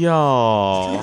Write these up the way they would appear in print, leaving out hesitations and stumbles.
哟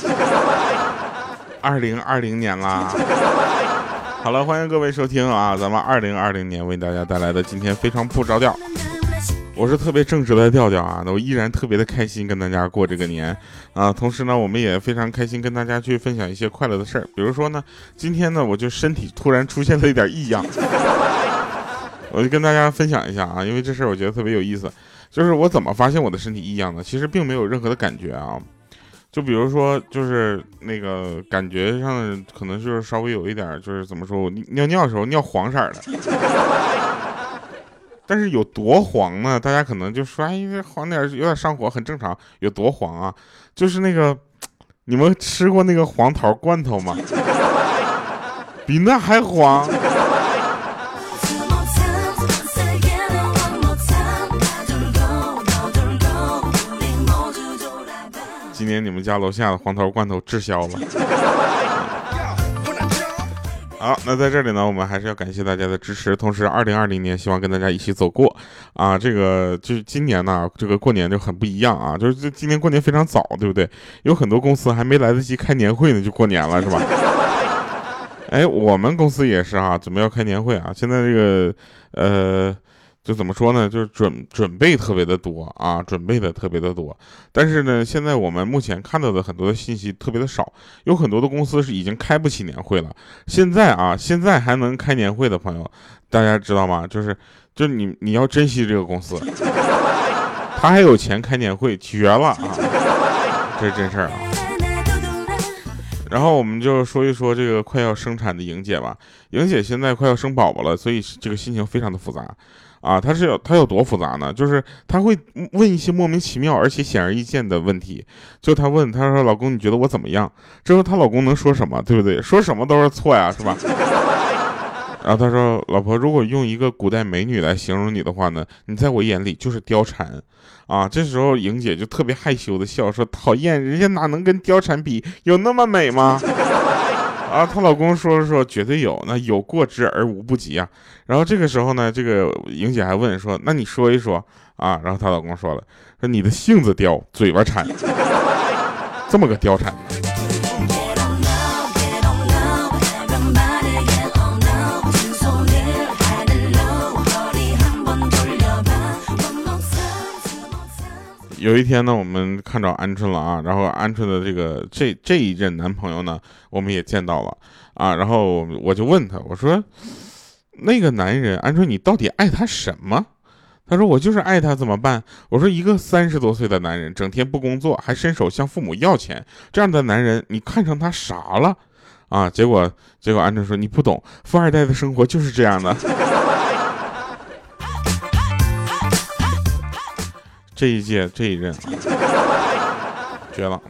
，2020年啦！好了，欢迎各位收听啊，咱们2020年为大家带来的今天非常不着调。我是特别正直的调调啊，我依然特别的开心跟大家过这个年啊。同时呢，我们也非常开心跟大家去分享一些快乐的事儿。比如说呢，今天呢，我就身体突然出现了一点异样，我就跟大家分享一下啊，因为这事儿我觉得特别有意思。就是我怎么发现我的身体异样呢？其实并没有任何的感觉啊。就比如说，就是那个感觉上可能就是稍微有一点，就是怎么说，我尿尿的时候尿黄色的。但是有多黄呢？大家可能就说，哎，这黄点有点上火，很正常。有多黄啊？就是那个，你们吃过那个黄桃罐头吗？比那还黄。今年你们家楼下的黄桃罐头滞销了。好，那在这里呢，我们还是要感谢大家的支持。同时，2020年希望跟大家一起走过啊。这个就是今年呢，这个过年就很不一样啊。就是今年过年非常早，对不对？有很多公司还没来得及开年会呢，就过年了，是吧？哎，我们公司也是啊，准备要开年会啊。现在这个就怎么说呢？就是准备特别的多啊，准备的特别的多。但是呢，现在我们目前看到的很多的信息特别的少，有很多的公司是已经开不起年会了。现在还能开年会的朋友，大家知道吗？就是你要珍惜这个公司，他还有钱开年会，绝了啊！这是真事儿啊。然后我们就说一说这个快要生产的莹姐吧。莹姐现在快要生宝宝了，所以这个心情非常的复杂。啊，他有多复杂呢？就是他会问一些莫名其妙而且显而易见的问题。就他说老公你觉得我怎么样？之后她老公能说什么？对不对？说什么都是错呀，是吧？然后他说老婆，如果用一个古代美女来形容你的话呢，你在我眼里就是貂蝉啊。这时候莹姐就特别害羞的笑说，讨厌，人家哪能跟貂蝉比？有那么美吗？啊，她老公说绝对有，那有过之而无不及啊。然后这个时候呢，这个莹姐还问说，那你说一说啊。然后她老公说了，说你的性子刁，嘴巴馋，这么个貂蝉。有一天呢，我们看到鹌鹑了啊，然后鹌鹑的这一任男朋友呢，我们也见到了啊，然后我就问他，我说那个男人鹌鹑，你到底爱他什么？他说我就是爱他，怎么办？我说一个30多岁的男人，整天不工作，还伸手向父母要钱，这样的男人，你看上他啥了？啊，结果鹌鹑说你不懂，富二代的生活就是这样的。这一届这一任绝了。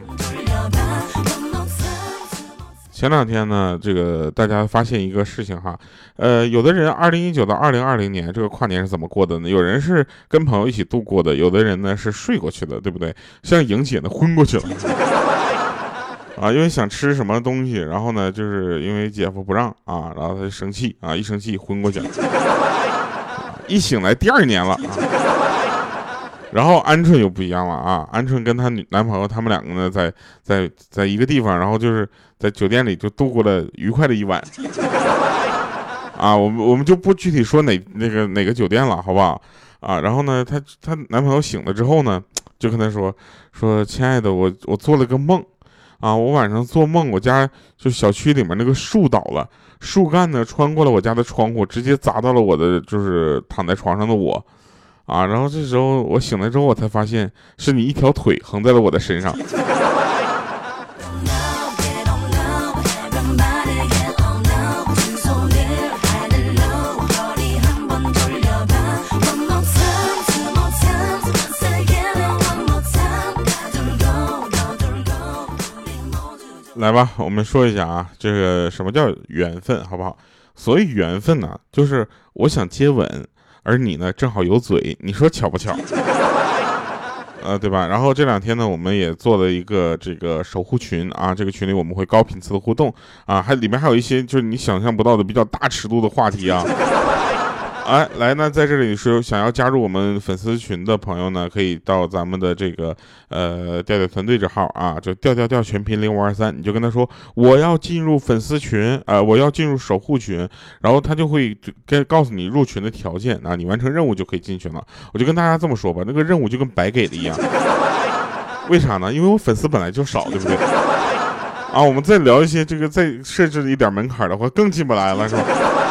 前两天呢，这个大家发现一个事情哈，有的人2019到2020年这个跨年是怎么过的呢？有人是跟朋友一起度过的，有的人呢是睡过去的，对不对？像莹姐呢昏过去了啊，因为想吃什么东西，然后呢就是因为姐夫不让啊，然后他就生气啊，一生气昏过去了，一醒来第2年了啊。然后鹌鹑又不一样了啊，鹌鹑跟她男朋友他们两个呢在一个地方，然后就是在酒店里就度过了愉快的一晚啊，我们就不具体说哪个酒店了，好不好啊？然后呢，她男朋友醒了之后呢，就跟她说亲爱的，我做了个梦啊，我晚上做梦，我家就小区里面那个树倒了，树干呢穿过了我家的窗户，直接砸到了我的就是躺在床上的我。啊，然后这时候我醒来之后，我才发现是你一条腿横在了我的身上。来吧，我们说一下啊，这个什么叫缘分，好不好？所谓缘分呢，就是我想接吻，而你呢正好有嘴，你说巧不巧？对吧？然后这2天呢，我们也做了一个这个守护群啊，这个群里我们会高频次的互动啊，里面还有一些就是你想象不到的比较大尺度的话题啊。 哎，来呢，在这里是想要加入我们粉丝群的朋友呢，可以到咱们的这个调调团队这号啊，就调调调全拼0523，你就跟他说我要进入粉丝群，我要进入守护群，然后他就会告诉你入群的条件啊，你完成任务就可以进群了。我就跟大家这么说吧，那个任务就跟白给的一样，为啥呢？因为我粉丝本来就少，对不对？啊，我们再聊一些这个再设置一点门槛的话，更进不来了，是吧？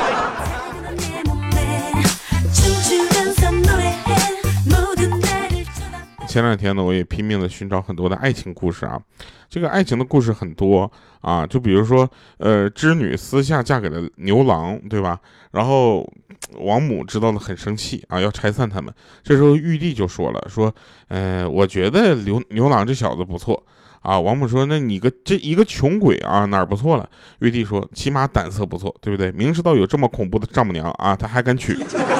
前两天呢，我也拼命的寻找很多的爱情故事啊，这个爱情的故事很多啊，就比如说，织女私下嫁给了牛郎，对吧？然后王母知道了很生气啊，要拆散他们。这时候玉帝就说了，说，我觉得牛郎这小子不错啊。王母说，那你这一个穷鬼啊，哪儿不错了？玉帝说，起码胆色不错，对不对？明知道有这么恐怖的丈母娘啊，他还敢娶。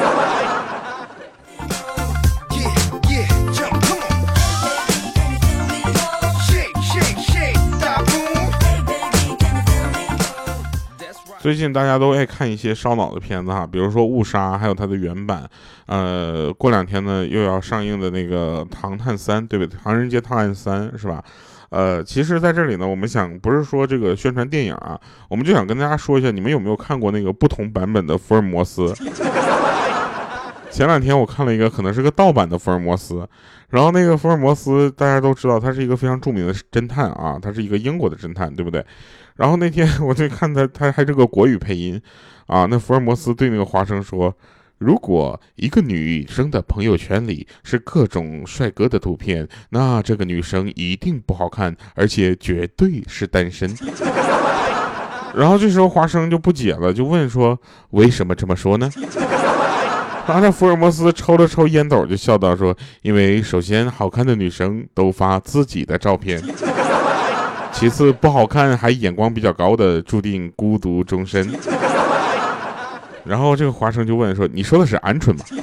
最近大家都爱看一些烧脑的片子哈，比如说《误杀》，还有它的原版。过两天呢又要上映的那个《唐探3》，对不对？《唐人街探案3》是吧？其实在这里呢，我们想不是说这个宣传电影啊，我们就想跟大家说一下，你们有没有看过那个不同版本的福尔摩斯？前两天我看了一个，可能是个盗版的福尔摩斯，然后那个福尔摩斯大家都知道，他是一个非常著名的侦探啊，他是一个英国的侦探，对不对？然后那天我就看他还这个国语配音啊，那福尔摩斯对那个华生说，如果一个女生的朋友圈里是各种帅哥的图片，那这个女生一定不好看，而且绝对是单身。然后这时候华生就不解了，就问说，为什么这么说呢？然后这福尔摩斯抽了抽烟斗，就笑道说，因为首先好看的女生都发自己的照片，其次不好看还眼光比较高的注定孤独终身。然后这个华生就问说，你说的是鹌鹑吗？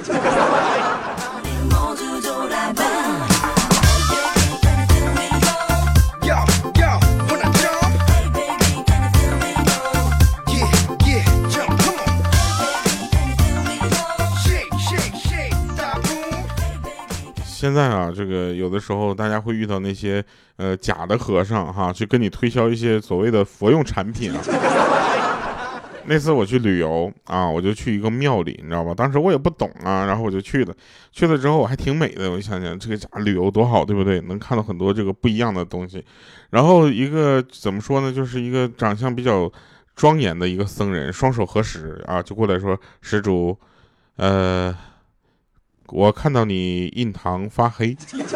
现在啊，这个有的时候大家会遇到那些假的和尚哈，去跟你推销一些所谓的佛用产品啊。那次我去旅游啊，我就去一个庙里，你知道吧？当时我也不懂啊，然后我就去了。去了之后我还挺美的，我想想这个假旅游多好，对不对？能看到很多这个不一样的东西。然后一个怎么说呢，就是一个长相比较庄严的一个僧人，双手合十啊，就过来说：“施主，我看到你印堂发黑，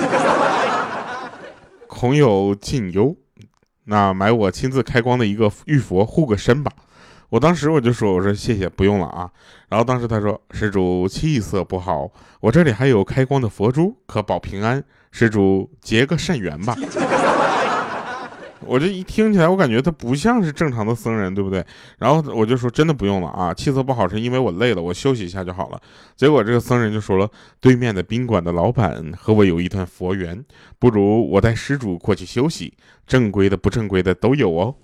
恐有近忧，那买我亲自开光的一个玉佛护个身吧。”我当时我就说，我说谢谢，不用了啊。然后当时他说，施主气色不好，我这里还有开光的佛珠，可保平安，施主结个善缘吧。我这一听起来，我感觉他不像是正常的僧人，对不对？然后我就说真的不用了啊，气色不好是因为我累了，我休息一下就好了。结果这个僧人就说了，对面的宾馆的老板和我有一段佛缘，不如我带施主过去休息，正规的不正规的都有哦。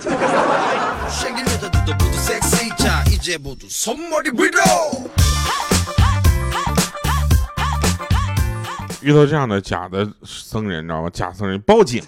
遇到这样的假的僧人，你知道吗？假僧人报警。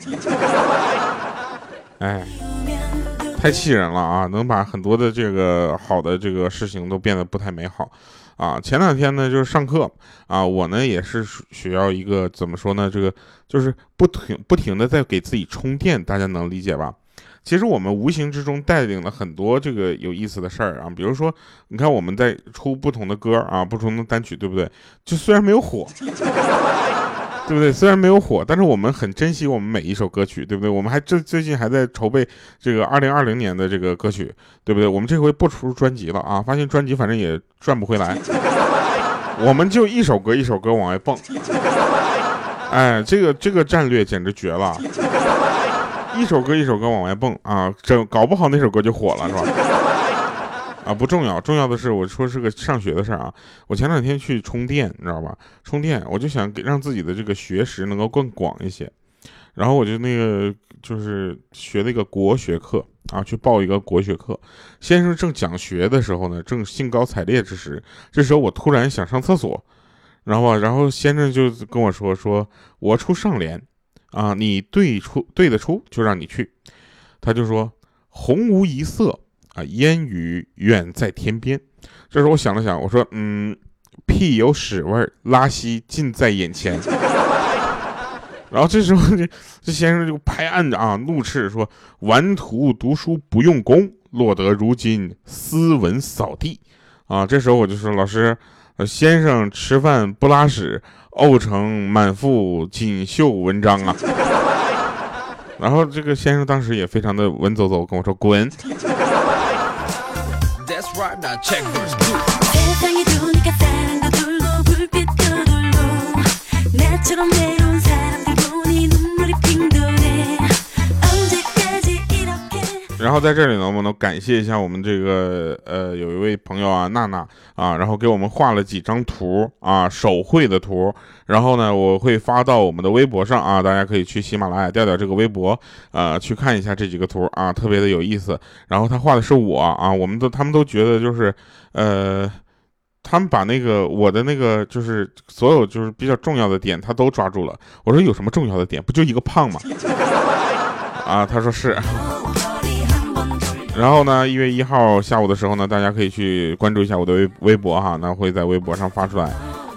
哎，太气人了啊！能把很多的这个好的这个事情都变得不太美好啊。前两天呢，就是上课啊，我呢也是需要一个怎么说呢？这个就是不停的在给自己充电，大家能理解吧？其实我们无形之中带领了很多这个有意思的事儿啊，比如说，你看我们在出不同的歌啊，不同的单曲，对不对？就虽然没有火，对不对？虽然没有火，但是我们很珍惜我们每一首歌曲，对不对？我们还最近还在筹备这个2020年的这个歌曲，对不对？我们这回不出专辑了啊，发现专辑反正也赚不回来，我们就一首歌一首歌往外蹦。哎，这个战略简直绝了。一首歌一首歌往外蹦啊，搞不好那首歌就火了，是吧？啊，不重要，重要的是我说是个上学的事儿啊。我前两天去充电，你知道吧？充电，我就想让自己的这个学识能够更广一些。 然后我就就是学那个国学课啊，去报一个国学课。先生正讲学的时候呢，正兴高采烈之时，这时候我突然想上厕所，然后先生就跟我说我出上联啊，你对得出就让你去。他就说红无一色啊，烟雨远在天边。这时候我想了想，我说屁有屎味儿，拉稀近在眼前。然后这时候这先生就拍案子啊，怒斥说：“顽徒读书不用功，落得如今斯文扫地。”啊，这时候我就说：“老师，先生吃饭不拉屎，沤成满腹锦绣文章啊。”然后这个先生当时也非常的文绉绉跟我说：“滚。”然后在这里呢，我们能感谢一下我们这个有一位朋友啊，娜娜啊，然后给我们画了几张图啊，手绘的图。然后呢，我会发到我们的微博上啊，大家可以去喜马拉雅调调这个微博去看一下这几个图啊，特别的有意思。然后他画的是我啊，他们都觉得就是他们把我的就是所有就是比较重要的点他都抓住了。我说有什么重要的点？不就一个胖吗？啊，他说是。然后呢，1月1号下午的时候呢，大家可以去关注一下我的微博哈，那会在微博上发出来。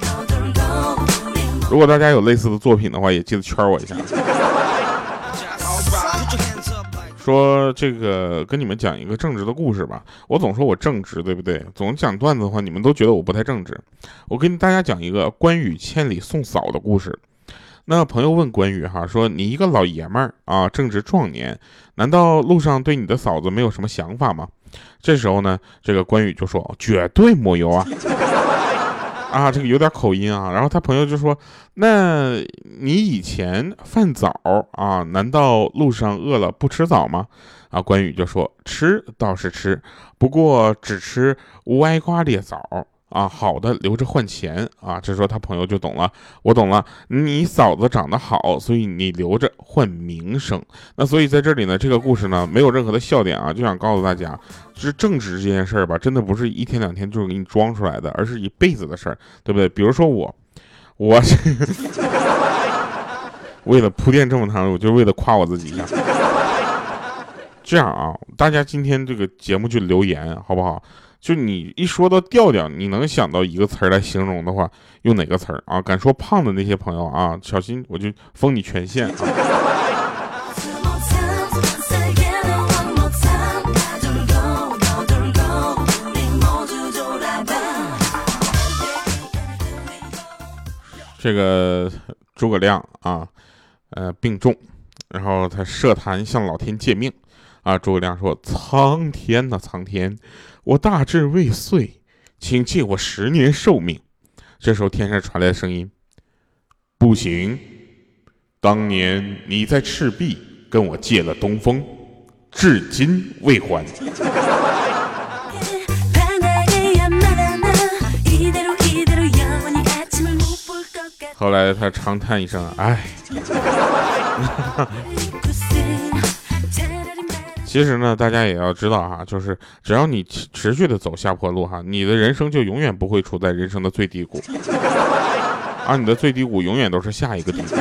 如果大家有类似的作品的话，也记得圈我一下。说这个跟你们讲一个正直的故事吧。我总说我正直，对不对？总讲段子的话，你们都觉得我不太正直。我跟大家讲一个关羽千里送嫂的故事。那朋友问关羽哈，说你一个老爷们儿啊，正值壮年，难道路上对你的嫂子没有什么想法吗？这时候呢，这个关羽就说绝对没有啊。啊，这个有点口音啊。然后他朋友就说，那你以前饭早啊，难道路上饿了不吃早吗？啊，关羽就说吃倒是吃，不过只吃歪瓜裂枣啊，好的留着换钱啊。这时候他朋友就懂了，我懂了，你嫂子长得好，所以你留着换名声。那所以在这里呢，这个故事呢没有任何的笑点啊，就想告诉大家，就是正直这件事儿吧，真的不是1天2天就是给你装出来的，而是一辈子的事儿，对不对？比如说我为了铺垫这么长，我就为了夸我自己一下。这样啊，大家今天这个节目就留言好不好？就你一说到调调，你能想到一个词儿来形容的话，用哪个词儿啊？敢说胖的那些朋友啊，小心我就封你权限啊！这个诸葛亮啊，病重，然后他设坛向老天借命啊。诸葛亮说：“苍天呐，苍天！我大志未遂，请借我10年寿命。”这时候天上传来的声音：“不行，当年你在赤壁跟我借了东风，至今未还。”后来他长叹一声：“唉。”其实呢，大家也要知道哈，就是只要你持续的走下坡路哈，你的人生就永远不会处在人生的最低谷，而你的最低谷永远都是下一个低谷。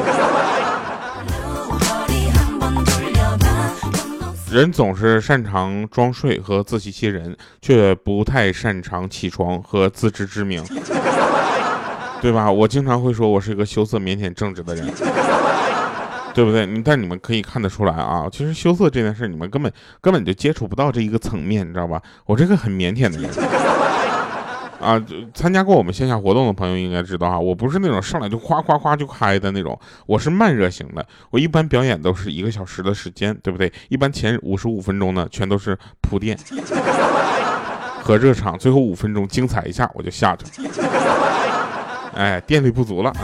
人总是擅长装睡和自欺欺人，却不太擅长起床和自知之明，对吧？我经常会说我是一个羞涩腼腆正直的人，对不对？但你们可以看得出来啊，其实羞涩这件事你们根本就接触不到这一个层面，你知道吧？我这个很腼腆的人啊，参加过我们线下活动的朋友应该知道啊，我不是那种上来就夸夸夸就开的那种，我是慢热型的。我一般表演都是1个小时的时间，对不对？一般前55分钟呢，全都是铺垫和热场，最后5分钟精彩一下我就下去，哎，电力不足了啊。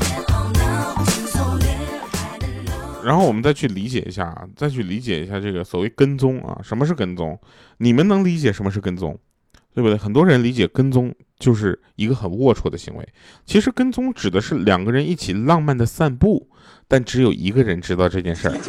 然后我们再去理解一下这个所谓跟踪啊，什么是跟踪？你们能理解什么是跟踪？ 对不对？很多人理解跟踪就是一个很龌龊的行为，其实跟踪指的是两个人一起浪漫的散步，但只有一个人知道这件事儿。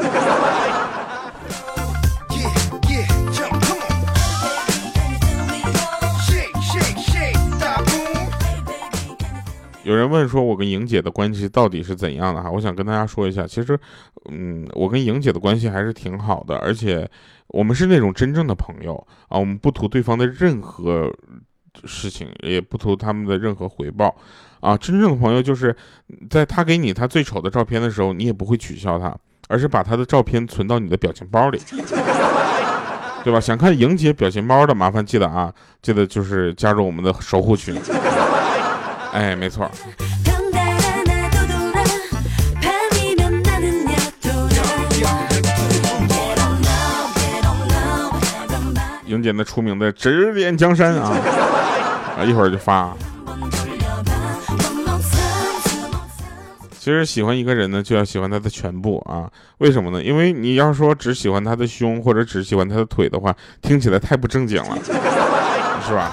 有人问说我跟莹姐的关系到底是怎样的哈？我想跟大家说一下，其实我跟莹姐的关系还是挺好的，而且我们是那种真正的朋友啊，我们不图对方的任何事情，也不图他们的任何回报啊。真正的朋友就是在他给你他最丑的照片的时候，你也不会取笑他，而是把他的照片存到你的表情包里，对吧？想看莹姐表情包的，麻烦记得就是加入我们的守护群。哎，没错。莹姐那出名的指点江山啊，一会儿就发。其实喜欢一个人呢，就要喜欢他的全部啊。为什么呢？因为你要说只喜欢他的胸，或者只喜欢他的腿的话，听起来太不正经了，是吧？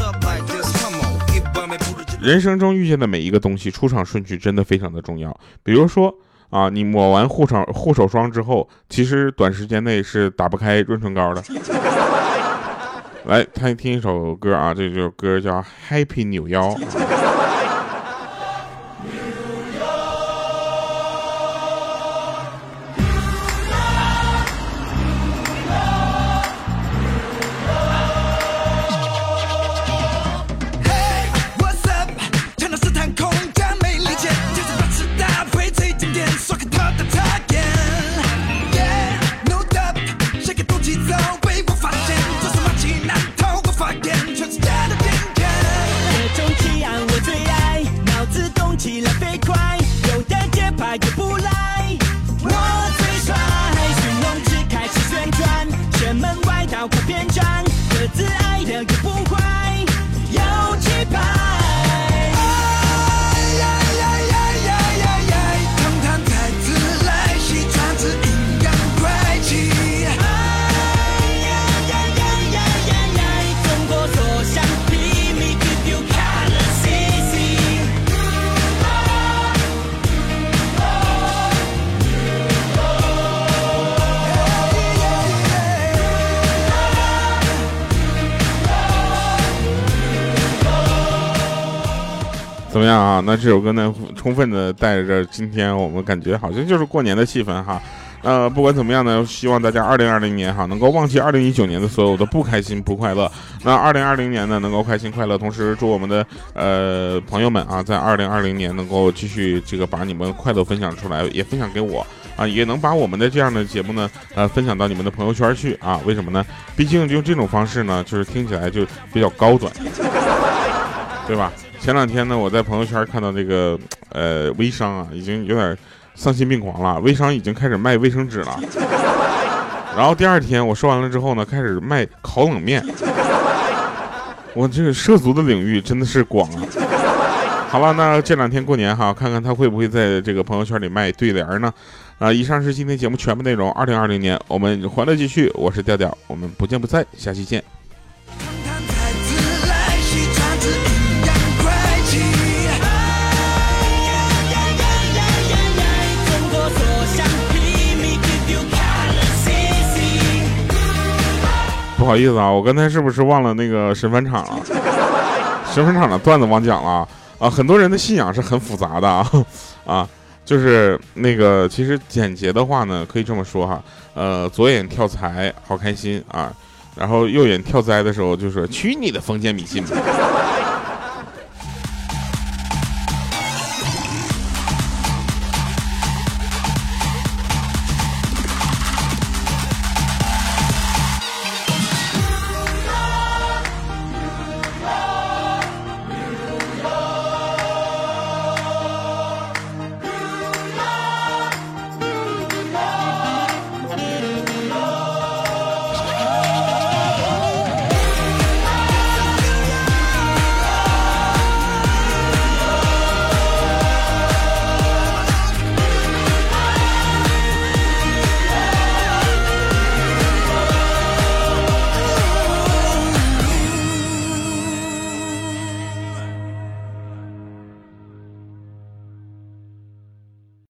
人生中遇见的每一个东西，出场顺序真的非常的重要。比如说啊，你抹完护手霜之后，其实短时间内是打不开润唇膏的。来，听一首歌啊，这首歌叫《Happy 扭腰》。怎么样啊？那这首歌呢，充分的带着今天我们感觉好像就是过年的气氛哈。不管怎么样呢，希望大家2020年哈能够忘记2019年的所有的不开心不快乐。那2020年呢能够开心快乐，同时祝我们的朋友们啊，在2020年能够继续这个把你们快乐分享出来，也分享给我啊，也能把我们的这样的节目呢分享到你们的朋友圈去啊。为什么呢？毕竟用这种方式呢，就是听起来就比较高端，对吧？前两天呢，我在朋友圈看到这个微商啊，已经有点丧心病狂了。微商已经开始卖卫生纸了，然后第二天我说完了之后呢，开始卖烤冷面。我这个涉足的领域真的是广啊。好了，那这两天过年哈，看看他会不会在这个朋友圈里卖对联呢？以上是今天节目全部内容。2020年我们欢乐继续，我是调调，我们不见不散，下期见。不好意思啊，我刚才是不是忘了那个神返场了？神返场的段子忘讲了啊！很多人的信仰是很复杂的啊，就是那个其实简洁的话呢，可以这么说哈，左眼跳财好开心啊，然后右眼跳灾的时候就说去你的封建迷信吧。